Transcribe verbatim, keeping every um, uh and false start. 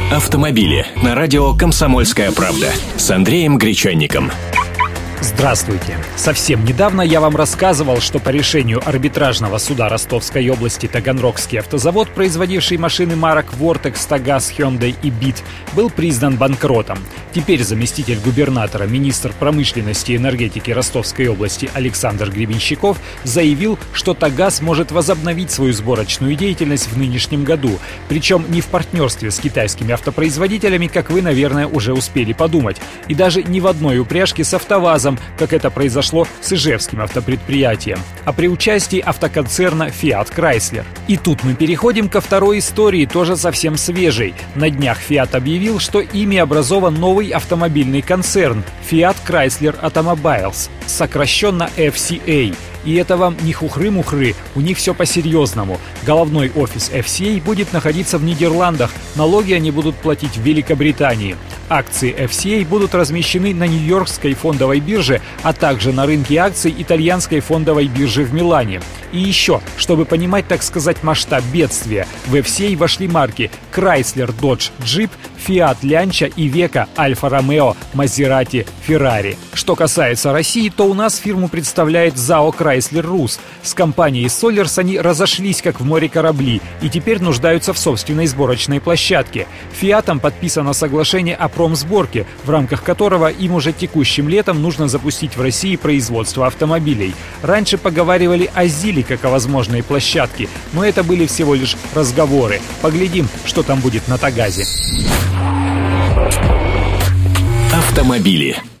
Автомобили на радио «Комсомольская правда» с Андреем Гречанником. Здравствуйте. Совсем недавно я вам рассказывал, что по решению арбитражного суда Ростовской области Таганрогский автозавод, производивший машины марок Vortex, Тагаз, Hyundai и Бит, был признан банкротом. Теперь заместитель губернатора, министр промышленности и энергетики Ростовской области Александр Гребенщиков заявил, что Тагаз может возобновить свою сборочную деятельность в нынешнем году. Причем не в партнерстве с китайскими автопроизводителями, как вы, наверное, уже успели подумать. И даже не в одной упряжке с АвтоВАЗом, как это произошло с ижевским автопредприятием, а при участии автоконцерна Fiat Chrysler. И тут мы переходим ко второй истории, тоже совсем свежей. На днях Fiat объявил, что ими образован новый автомобильный концерн Fiat Chrysler Automobiles, сокращенно эф си эй. И это вам не хухры-мухры, у них все по-серьезному. Головной офис эф си эй будет находиться в Нидерландах, налоги они будут платить в Великобритании. Акции эф си эй будут размещены на Нью-Йоркской фондовой бирже, а также на рынке акций итальянской фондовой биржи в Милане. И еще, чтобы понимать, так сказать, масштаб бедствия, в эф си эй вошли марки Chrysler, Dodge, Jeep, Fiat, Lancia, Iveco, Alfa Romeo, Maserati, Ferrari. Что касается России, то у нас фирму представляет ЗАО Chrysler Rus. С компанией Solers они разошлись как в море корабли и теперь нуждаются в собственной сборочной площадке. Фиатом подписано соглашение о промсборке, в рамках которого им уже текущим летом нужно запустить в России производство автомобилей. Раньше поговаривали о ЗИЛе как о возможной площадке, но это были всего лишь разговоры. Поглядим, что там будет на Тагазе. Автомобили.